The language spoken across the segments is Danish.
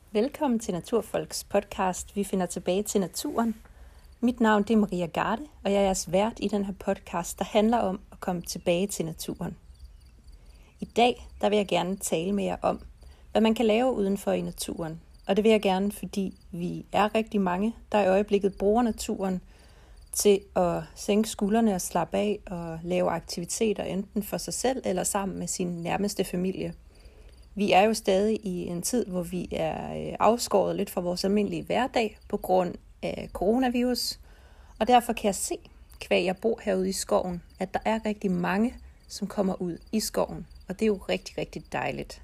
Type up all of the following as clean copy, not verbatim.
Velkommen til Naturfolks podcast. Vi finder tilbage til naturen. Mit navn er Maria Garde, og jeg er jeres vært i den her podcast, der handler om at komme tilbage til naturen. I dag vil jeg gerne tale med jer om, hvad man kan lave udenfor i naturen. Og det vil jeg gerne, fordi vi er rigtig mange, der i øjeblikket bruger naturen til at sænke skuldrene og slappe af og lave aktiviteter enten for sig selv eller sammen med sin nærmeste familie. Vi er jo stadig i en tid, hvor vi er afskåret lidt fra vores almindelige hverdag på grund af coronavirus. Og derfor kan jeg se, kvæg jeg bor herude i skoven, at der er rigtig mange, som kommer ud i skoven. Og det er jo rigtig, rigtig dejligt.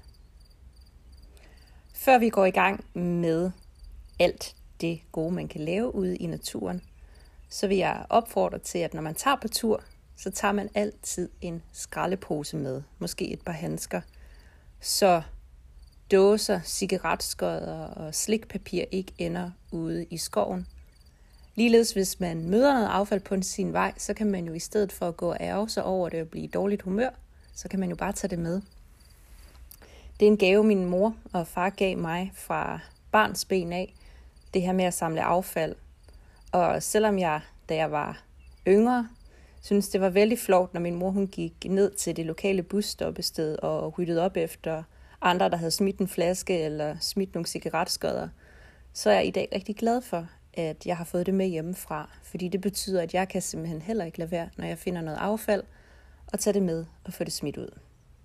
Før vi går i gang med alt det gode, man kan lave ude i naturen, så vil jeg opfordre til, at når man tager på tur, så tager man altid en skraldepose med. Måske et par handsker. Så dåser, cigaretskodder og slikpapir ikke ender ude i skoven. Ligeledes hvis man møder noget affald på sin vej, så kan man jo i stedet for at gå og ærge sig over det og blive i dårligt humør, så kan man jo bare tage det med. Det er en gave, min mor og far gav mig fra barnsben af, det her med at samle affald. Og selvom jeg, da jeg var yngre, synes det var vældig flovt, når min mor hun gik ned til det lokale busstoppested og ryddede op efter andre, der havde smidt en flaske eller smidt nogle cigaretskodder, så er jeg i dag rigtig glad for, at jeg har fået det med hjemmefra. Fordi det betyder, at jeg kan simpelthen heller ikke lade være, når jeg finder noget affald, og tage det med og få det smidt ud.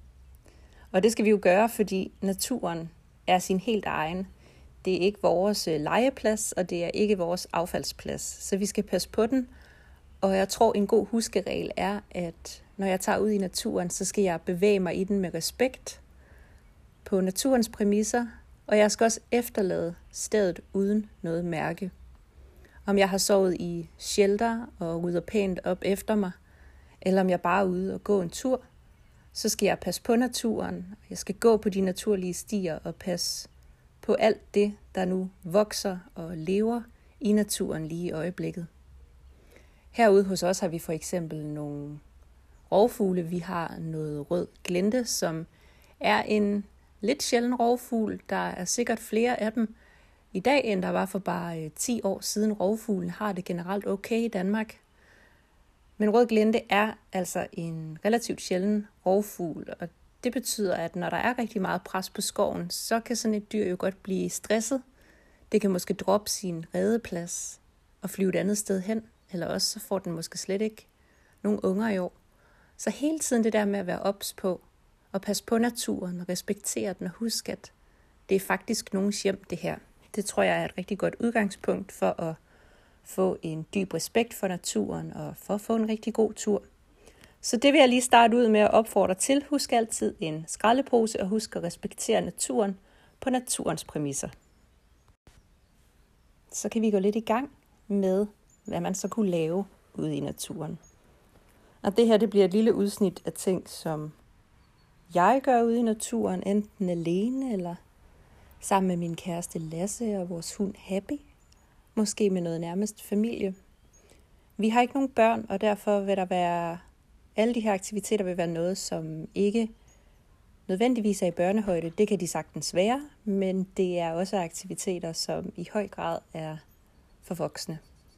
Og det skal vi jo gøre, fordi naturen er sin helt egen. Det er ikke vores legeplads, og det er ikke vores affaldsplads. Så vi skal passe på den. Og jeg tror, en god huskeregel er, at når jeg tager ud i naturen, så skal jeg bevæge mig i den med respekt på naturens præmisser, og jeg skal også efterlade stedet uden noget mærke. Om jeg har sovet i shelter og rydder pænt op efter mig, eller om jeg bare er ude og gå en tur, så skal jeg passe på naturen. Jeg skal gå på de naturlige stier og passe på alt det, der nu vokser og lever i naturen lige i øjeblikket. Herude hos os har vi for eksempel nogle rovfugle. Vi har noget rød glente, som er en lidt sjælden rovfugl. Der er sikkert flere af dem i dag, end der var for bare 10 år siden. Rovfuglen har det generelt okay i Danmark. Men rød glente er altså en relativt sjælden rovfugl, og det betyder, at når der er rigtig meget pres på skoven, så kan sådan et dyr jo godt blive stresset. Det kan måske droppe sin redeplads og flyve et andet sted hen, eller også så får den måske slet ikke nogen unger i år. Så hele tiden det der med at være ops på, og passe på naturen og respektere den og huske, at det er faktisk nogens hjem det her. Det tror jeg er et rigtig godt udgangspunkt for at få en dyb respekt for naturen og for at få en rigtig god tur. Så det vil jeg lige starte ud med at opfordre til. Husk altid en skraldepose og husk at respektere naturen på naturens præmisser. Så kan vi gå lidt i gang med, hvad man så kunne lave ude i naturen. Og det her det bliver et lille udsnit af ting, som jeg gør ude i naturen, enten alene eller sammen med min kæreste Lasse og vores hund Happy. Måske med noget nærmest familie. Vi har ikke nogen børn, og derfor vil der være alle de her aktiviteter vil være noget, som ikke nødvendigvis er i børnehøjde. Det kan de sagtens være, men det er også aktiviteter, som i høj grad er for voksne.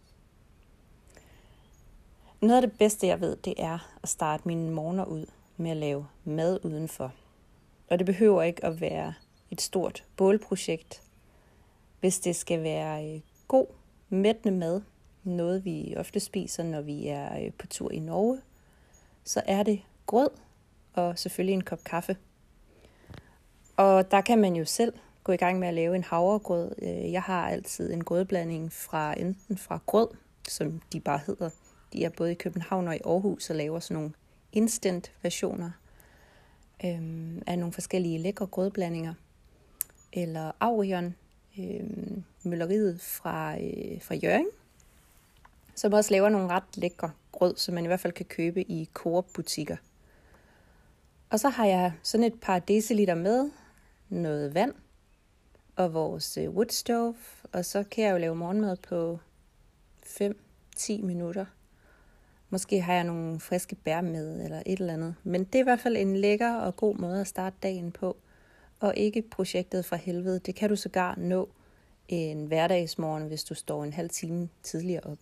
Noget af det bedste, jeg ved, det er at starte mine morgener ud med at lave mad udenfor. Og det behøver ikke at være et stort bålprojekt. Hvis det skal være god, mættende mad, noget vi ofte spiser, når vi er på tur i Norge, så er det grød og selvfølgelig en kop kaffe. Og der kan man jo selv gå i gang med at lave en havregrød. Jeg har altid en grødblanding enten fra Grød, som de bare hedder. De er både i København og i Aarhus og laver sådan nogle instant versioner af nogle forskellige lækre grødblandinger. Eller Aurion, mølleriet fra Hjørring, som også laver nogle ret lækre grød, som man i hvert fald kan købe i Coop-butikker. Og så har jeg sådan et par deciliter med, noget vand og vores woodstove, og så kan jeg jo lave morgenmad på 5-10 minutter. Måske har jeg nogle friske bær med eller et eller andet. Men det er i hvert fald en lækker og god måde at starte dagen på. og ikke projektet fra helvede. Det kan du sågar nå en hverdagsmorgen, hvis du står en halv time tidligere op.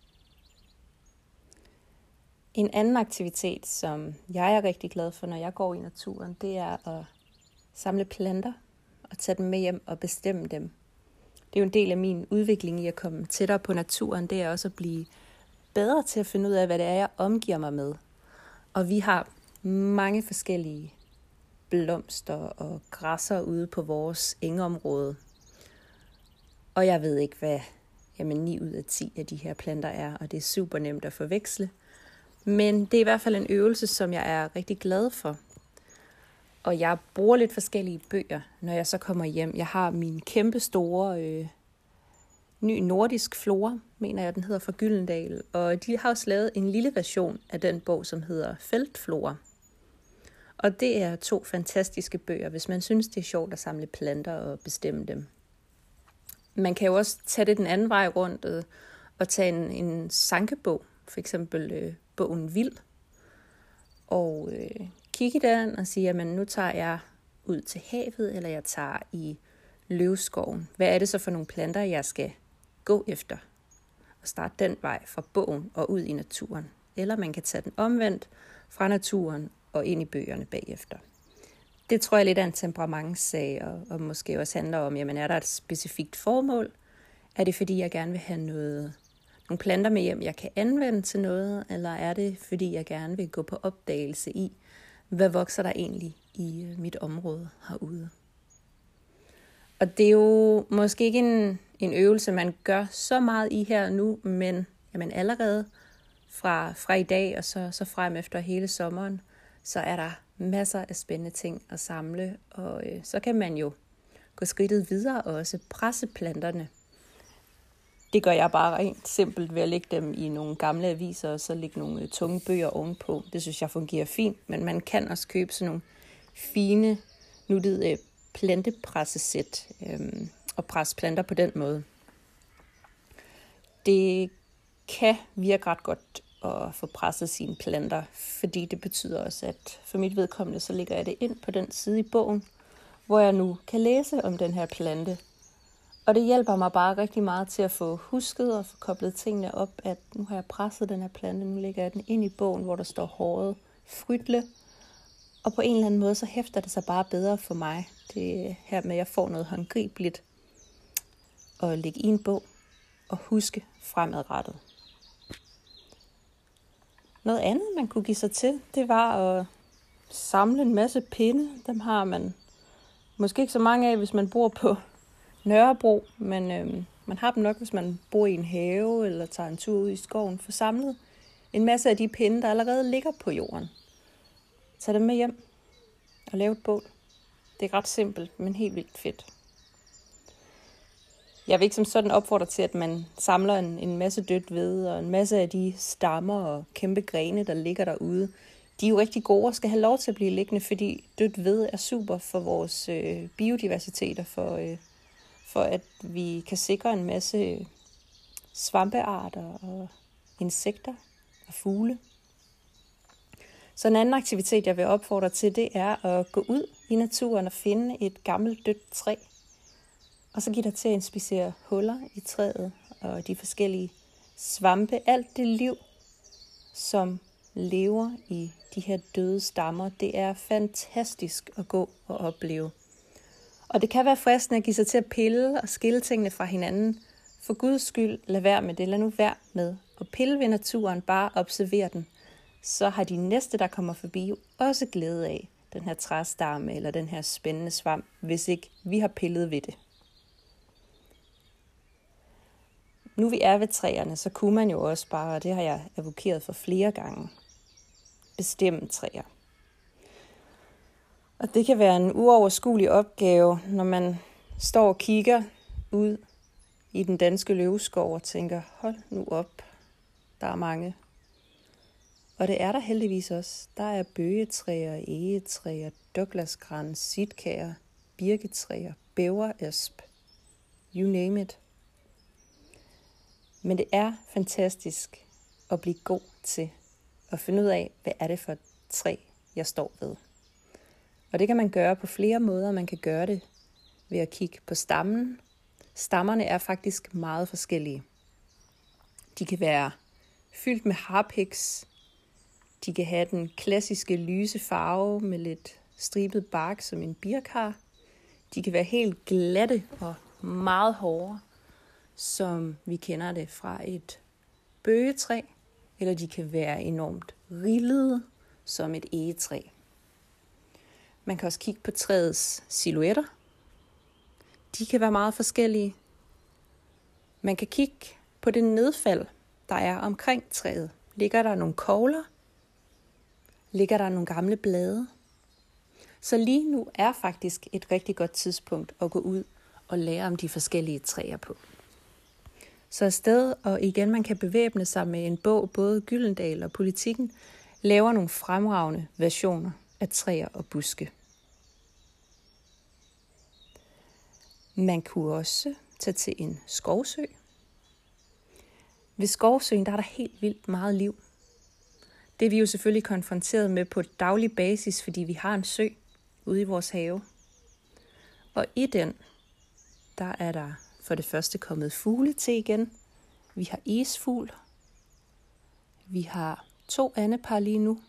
En anden aktivitet, som jeg er rigtig glad for, når jeg går i naturen, det er at samle planter og tage dem med hjem og bestemme dem. Det er jo en del af min udvikling i at komme tættere på naturen. Det er også at blive bedre til at finde ud af, hvad det er, jeg omgiver mig med. Og vi har mange forskellige blomster og græsser ude på vores engeområde. Og jeg ved ikke, hvad 9 ud af 10 af de her planter er, og det er super nemt at forveksle. Men det er i hvert fald en øvelse, som jeg er rigtig glad for. Og jeg bruger lidt forskellige bøger, når jeg så kommer hjem. Jeg har min kæmpe store ny nordisk flora, mener jeg, den hedder, fra Gyldendal. Og de har også lavet en lille version af den bog, som hedder Feltflora. Og det er 2 fantastiske bøger, hvis man synes, det er sjovt at samle planter og bestemme dem. Man kan jo også tage det den anden vej rundt og tage en sankebog, for eksempel bogen Vild, og kigge i den og sige, jamen nu tager jeg ud til havet, eller jeg tager i løvskoven. Hvad er det så for nogle planter, jeg skal gå efter? Og starte den vej fra bogen og ud i naturen. Eller man kan tage den omvendt fra naturen og ind i bøgerne bagefter. Det tror jeg lidt er en temperamentssag, og måske også handler om, jamen er der et specifikt formål? Er det fordi, jeg gerne vil have nogle planter med hjem, jeg kan anvende til noget? Eller er det fordi, jeg gerne vil gå på opdagelse i, hvad vokser der egentlig i mit område herude? Og det er jo måske ikke en øvelse, man gør så meget i her nu, men jamen allerede fra i dag og så frem efter hele sommeren, så er der masser af spændende ting at samle, og så kan man jo gå skridtet videre og også presse planterne. Det gør jeg bare rent simpelt ved at lægge dem i nogle gamle aviser, og så lægge nogle tunge bøger ovenpå. Det synes jeg fungerer fint, men man kan også købe sådan nogle fine, nuttede plantepressesæt og presse planter på den måde. Det kan virke ret godt at få presset sine planter, fordi det betyder også, at for mit vedkommende, så lægger jeg det ind på den side i bogen, hvor jeg nu kan læse om den her plante. Og det hjælper mig bare rigtig meget til at få husket og få koblet tingene op, at nu har jeg presset den her plante, nu lægger jeg den ind i bogen, hvor der står håret frytle. Og på en eller anden måde, så hæfter det sig bare bedre for mig. Det her med, at jeg får noget håndgribeligt at lægge i en bog og huske fremadrettet. Noget andet, man kunne give sig til, det var at samle en masse pinde. Dem har man måske ikke så mange af, hvis man bor på Nørrebro, men man har dem nok, hvis man bor i en have eller tager en tur ud i skoven. Få samlet en masse af de pinde, der allerede ligger på jorden. Tag dem med hjem og lave et bål. Det er ret simpelt, men helt vildt fedt. Jeg vil ikke som sådan opfordre til, at man samler en masse dødt ved, og en masse af de stammer og kæmpe grene, der ligger derude. De er jo rigtig gode og skal have lov til at blive liggende, fordi dødt ved er super for vores biodiversitet, og for at vi kan sikre en masse svampearter og insekter og fugle. Så en anden aktivitet, jeg vil opfordre til, det er at gå ud i naturen og finde et gammelt dødt træ. Og så give dig til at inspicere huller i træet og de forskellige svampe. Alt det liv, som lever i de her døde stammer, det er fantastisk at gå og opleve. Og det kan være fristende at give sig til at pille og skille tingene fra hinanden. For Guds skyld, lad være med det. Lad nu være med at pille ved naturen, bare observer den. Så har de næste, der kommer forbi, jo også glæde af den her træstamme eller den her spændende svamp, hvis ikke vi har pillet ved det. Nu vi er ved træerne, så kunne man jo også bare, og det har jeg advokeret for flere gange, bestemme træer. Og det kan være en uoverskuelig opgave, når man står og kigger ud i den danske løvskov og tænker, hold nu op, der er mange. Og det er der heldigvis også. Der er bøgetræer, egetræer, douglasgran, sitkær, birketræer, bæverasp, you name it. Men det er fantastisk at blive god til at finde ud af, hvad er det for et træ, jeg står ved. Og det kan man gøre på flere måder. Man kan gøre det ved at kigge på stammen. Stammerne er faktisk meget forskellige. De kan være fyldt med harpiks. De kan have den klassiske lyse farve med lidt stribet bark som en birk. De kan være helt glatte og meget hårde, som vi kender det fra et bøgetræ. Eller de kan være enormt rillede som et egetræ. Man kan også kigge på træets silhuetter. De kan være meget forskellige. Man kan kigge på det nedfald, der er omkring træet. Ligger der nogle kogler? Ligger der nogle gamle blade? Så lige nu er faktisk et rigtig godt tidspunkt at gå ud og lære om de forskellige træer på. Så afsted, og igen man kan bevæbne sig med en bog, både Gyldendal og Politikken, laver nogle fremragende versioner af træer og buske. Man kunne også tage til en skovsø. Ved skovsøen der er der helt vildt meget liv. Det er vi jo selvfølgelig konfronteret med på daglig basis, fordi vi har en sø ude i vores have. Og i den, der er der for det første kommet fugle til igen. Vi har isfugl. Vi har 2 andepar lige nu.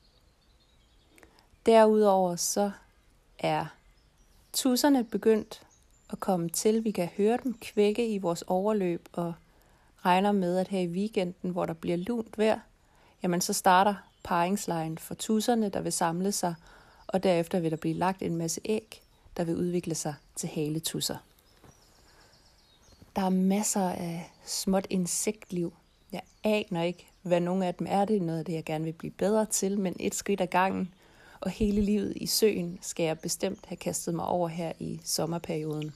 Derudover så er tudserne begyndt at komme til. Vi kan høre dem kvække i vores overløb og regner med, at her i weekenden, hvor der bliver lunt vejr, jamen så starter parringslejen for tudserne, der vil samle sig, og derefter vil der blive lagt en masse æg, der vil udvikle sig til haletusser. Der er masser af småt insektliv. Jeg aner ikke, hvad nogle af dem er. Det er noget af det, jeg gerne vil blive bedre til, men et skridt ad gangen, og hele livet i søen skal jeg bestemt have kastet mig over her i sommerperioden.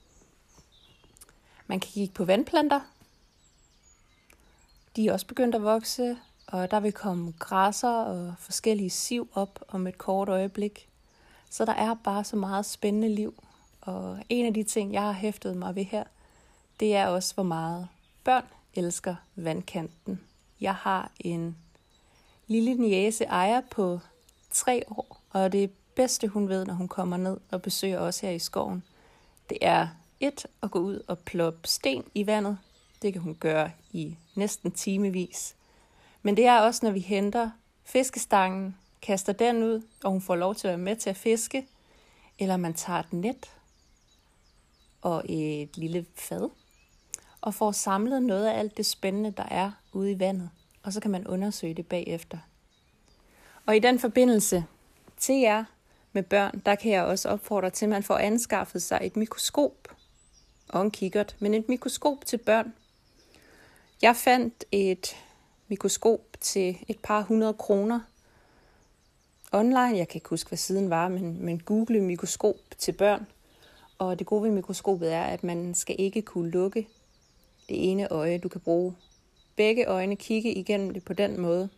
Man kan kigge på vandplanter. De er også begyndt at vokse, og der vil komme græsser og forskellige siv op om et kort øjeblik. Så der er bare så meget spændende liv. Og en af de ting, jeg har hæftet mig ved her, det er også, hvor meget børn elsker vandkanten. Jeg har en lille niece Aya på 3 år, og det bedste hun ved, når hun kommer ned og besøger os her i skoven, det er at gå ud og ploppe sten i vandet. Det kan hun gøre i næsten timevis. Men det er også, når vi henter fiskestangen, kaster den ud, og hun får lov til at være med til at fiske, eller man tager et net og et lille fad, og får samlet noget af alt det spændende, der er ude i vandet, og så kan man undersøge det bagefter. Og i den forbindelse til jer med børn, der kan jeg også opfordre til, at man får anskaffet sig et mikroskop og en kikkert, men et mikroskop til børn. Jeg fandt et mikroskop til et par 100 kroner online. Jeg kan ikke huske, hvad siden var, men Google mikroskop til børn. Og det gode ved mikroskopet er, at man skal ikke kunne lukke det ene øje. Du kan bruge begge øjne, kigge igennem det på den måde.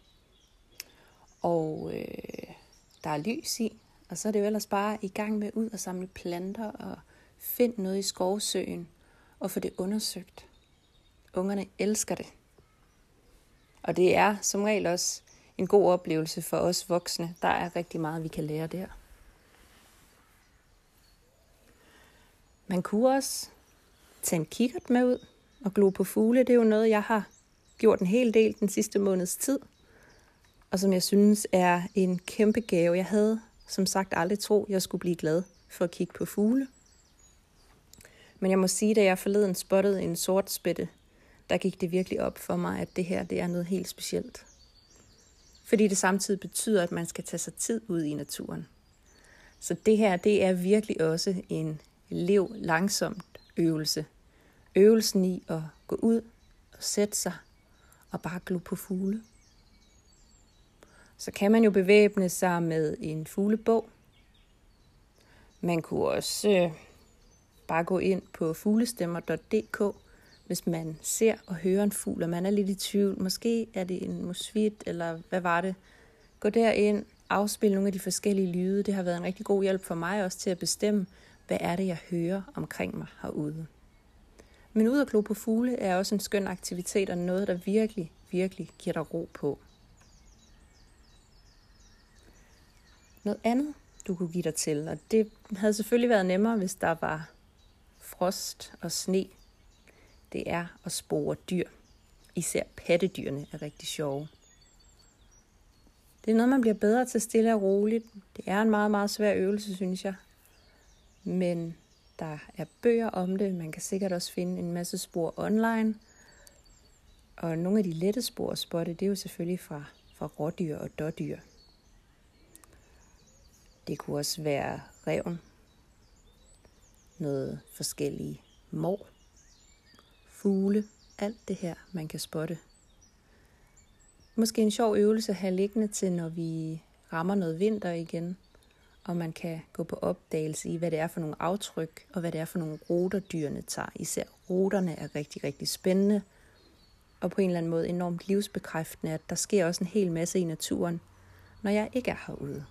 Og der er lys i, og så er det jo ellers bare i gang med ud og samle planter og finde noget i skovsøen og få det undersøgt. Ungerne elsker det. Og det er som regel også en god oplevelse for os voksne. Der er rigtig meget, vi kan lære der. Man kunne også tage en kikkert med ud og glo på fugle. Det er jo noget, jeg har gjort en hel del den sidste måneds tid. Og som jeg synes er en kæmpe gave. Jeg havde som sagt aldrig troet, jeg skulle blive glad for at kigge på fugle. Men jeg må sige, da jeg forleden spottede en sortspætte, der gik det virkelig op for mig, at det her det er noget helt specielt. Fordi det samtidig betyder, at man skal tage sig tid ud i naturen. Så det her, det er virkelig også en lev langsomt øvelse. Øvelsen i at gå ud og sætte sig og bare glo på fugle. Så kan man jo bevæbne sig med en fuglebog. Man kunne også bare gå ind på fuglestemmer.dk, hvis man ser og hører en fugl, og man er lidt i tvivl. Måske er det en musvit, eller hvad var det? Gå derind, afspil nogle af de forskellige lyde. Det har været en rigtig god hjælp for mig også til at bestemme, hvad er det, jeg hører omkring mig herude. Men ud at glo på fugle er også en skøn aktivitet, og noget, der virkelig, virkelig giver dig ro på. Noget andet, du kunne give dig til. Og det havde selvfølgelig været nemmere, hvis der var frost og sne. Det er at spore dyr. Især pattedyrene er rigtig sjove. Det er noget, man bliver bedre til stille og roligt. Det er en meget, meget svær øvelse, synes jeg. Men der er bøger om det. Man kan sikkert også finde en masse spor online. Og nogle af de lette spor at spotte, det er jo selvfølgelig fra rådyr og dådyr. Det kunne også være ræven. Noget forskellige mår. Fugle. Alt det her, man kan spotte. Måske en sjov øvelse at have liggende til, når vi rammer noget vinter igen. Og man kan gå på opdagelse i, hvad det er for nogle aftryk, og hvad det er for nogle ruter, dyrene tager. Især ruterne er rigtig, rigtig spændende. Og på en eller anden måde enormt livsbekræftende, at der sker også en hel masse i naturen, når jeg ikke er herude.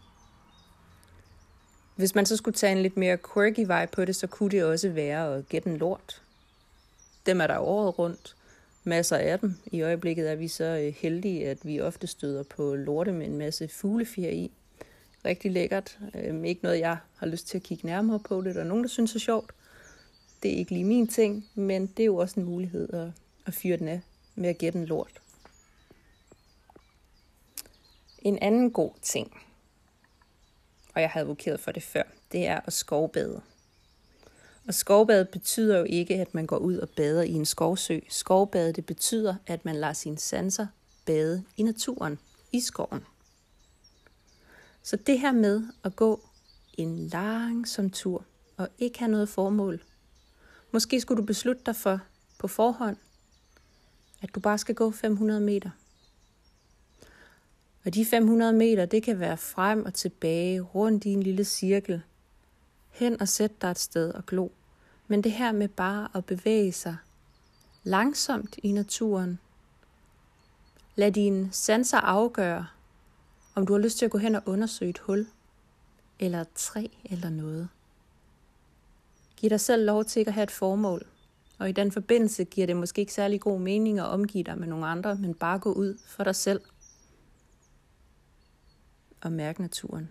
Hvis man så skulle tage en lidt mere quirky vej på det, så kunne det også være at gætte en lort. Dem er der året rundt. Masser af dem. I øjeblikket er vi så heldige, at vi ofte støder på lorte med en masse fuglefjer i. Rigtig lækkert. Ikke noget, jeg har lyst til at kigge nærmere på det. Der er nogen, der synes er sjovt. Det er ikke lige min ting, men det er jo også en mulighed at fyre den af med at gætte en lort. En anden god ting, og jeg har advokeret for det før, det er at skovbade. Og skovbade betyder jo ikke, at man går ud og bader i en skovsø. Skovbade, det betyder, at man lader sine sanser bade i naturen, i skoven. Så det her med at gå en langsom tur og ikke have noget formål. Måske skulle du beslutte dig for på forhånd, at du bare skal gå 500 meter. Og de 500 meter, det kan være frem og tilbage, rundt i en lille cirkel. Hen og sæt dig et sted og glo. Men det her med bare at bevæge sig langsomt i naturen. Lad dine sanser afgøre, om du har lyst til at gå hen og undersøge et hul, eller et træ, eller noget. Giv dig selv lov til ikke at have et formål. Og i den forbindelse giver det måske ikke særlig god mening at omgive dig med nogle andre, men bare gå ud for dig selv og mærke naturen.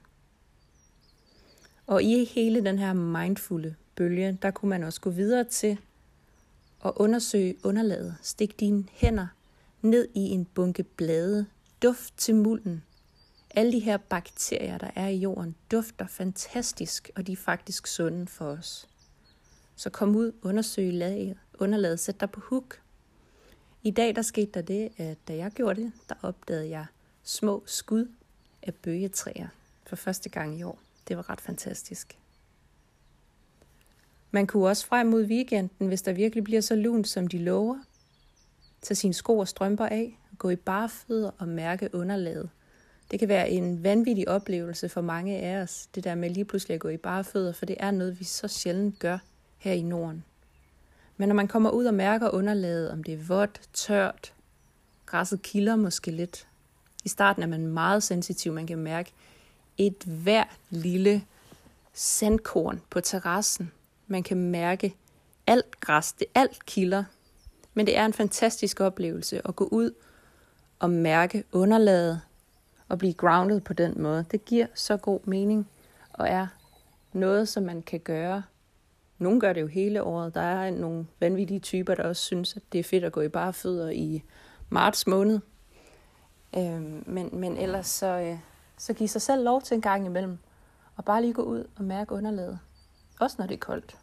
Og i hele den her mindfulde bølge, der kunne man også gå videre til at undersøge underlaget. Stik dine hænder ned i en bunke blade. Duft til mulden. Alle de her bakterier, der er i jorden, dufter fantastisk, og de er faktisk sunde for os. Så kom ud, undersøg underlaget, sæt dig på hook. I dag der skete der det, at da jeg gjorde det, der opdagede jeg små skud af bøgetræer for første gang i år. Det var ret fantastisk. Man kunne også frem mod weekenden, hvis der virkelig bliver så lunt, som de lover, tage sine sko og strømper af, gå i bare fødder og mærke underlaget. Det kan være en vanvittig oplevelse for mange af os, det der med lige pludselig at gå i bare fødder, for det er noget, vi så sjældent gør her i Norden. Men når man kommer ud og mærker underlaget, om det er vådt, tørt, græsset kilder måske lidt. I starten er man meget sensitiv, man kan mærke et hvert lille sandkorn på terrassen. Man kan mærke alt græs, alt kilder. Men det er en fantastisk oplevelse at gå ud og mærke underlaget og blive grounded på den måde. Det giver så god mening og er noget, som man kan gøre. Nogle gør det jo hele året. Der er nogle vanvittige typer, der også synes, at det er fedt at gå i bare fødder i marts måned. Men ellers så giv sig selv lov til en gang imellem og bare lige gå ud og mærke underlaget. Også når det er koldt.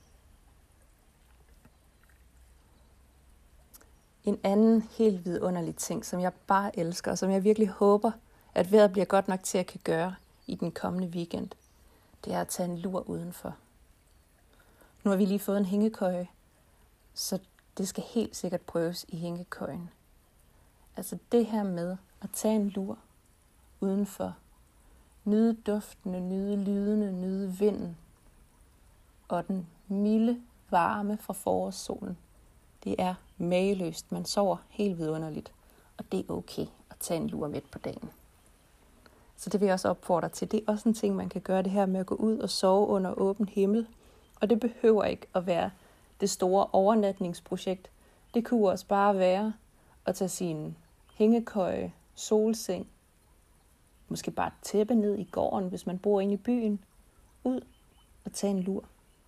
En anden helt vidunderlig ting, som jeg bare elsker, og som jeg virkelig håber, at vejret bliver godt nok til at kan gøre i den kommende weekend, det er at tage en lur udenfor. Nu har vi lige fået en hængekøje, så det skal helt sikkert prøves i hængekøjen. Altså det her med at tage en lur udenfor, nyde duftene, nyde lydene, nyde vinden og den milde varme fra forårssolen. Det er mageløst. Man sover helt vidunderligt, og det er okay at tage en lur midt på dagen. Så det vil jeg også opfordre til. Det er også en ting, man kan gøre, det her med at gå ud og sove under åben himmel. Og det behøver ikke at være det store overnatningsprojekt. Det kunne også bare være at tage sin hængekøje, solseng, måske bare et tæppe ned i gården, hvis man bor inde i byen, ud og tage en lur.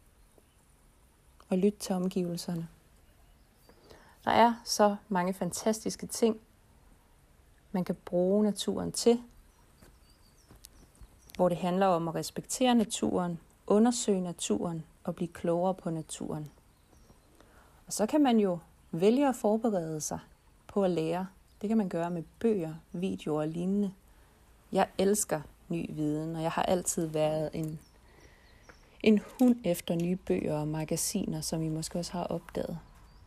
Og lytte til omgivelserne. Der er så mange fantastiske ting, man kan bruge naturen til. Hvor det handler om at respektere naturen, undersøge naturen og blive klogere på naturen. Og så kan man jo vælge at forberede sig på at lære. Det kan man gøre med bøger, videoer og lignende. Jeg elsker ny viden, og jeg har altid været en hund efter nye bøger og magasiner, som I måske også har opdaget.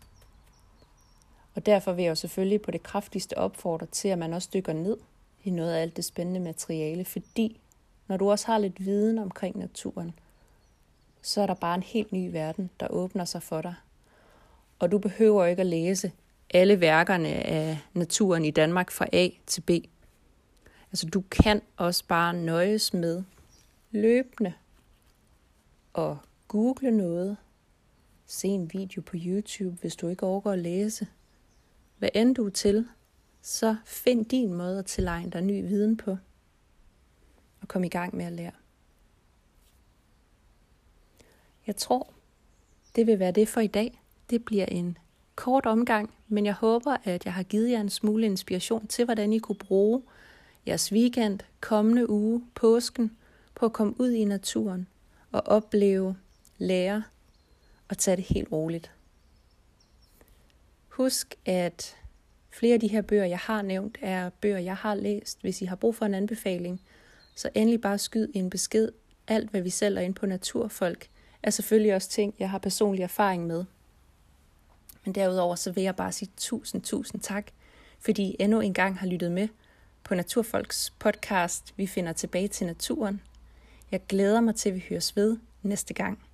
Og derfor vil jeg jo selvfølgelig på det kraftigste opfordre til, at man også dykker ned i noget af alt det spændende materiale, fordi når du også har lidt viden omkring naturen, så er der bare en helt ny verden, der åbner sig for dig. Og du behøver ikke at læse alle værkerne af naturen i Danmark fra A til B. Altså du kan også bare nøjes med løbende og google noget, se en video på YouTube, hvis du ikke overgår at læse. Hvad end du er til, så find din måde at tilegne dig ny viden på, og kom i gang med at lære. Jeg tror, det vil være det for i dag. Det bliver en kort omgang, men jeg håber, at jeg har givet jer en smule inspiration til, hvordan I kunne bruge jeres weekend, kommende uge, påsken, på at komme ud i naturen og opleve, lære og tage det helt roligt. Husk, at flere af de her bøger, jeg har nævnt, er bøger, jeg har læst. Hvis I har brug for en anbefaling, så endelig bare skyd en besked. Alt, hvad vi sælger ind på Naturfolk, er selvfølgelig også ting, jeg har personlig erfaring med. Men derudover så vil jeg bare sige tusind tak, fordi I endnu en gang har lyttet med på Naturfolks podcast. Vi finder tilbage til naturen. Jeg glæder mig til, at vi høres ved næste gang.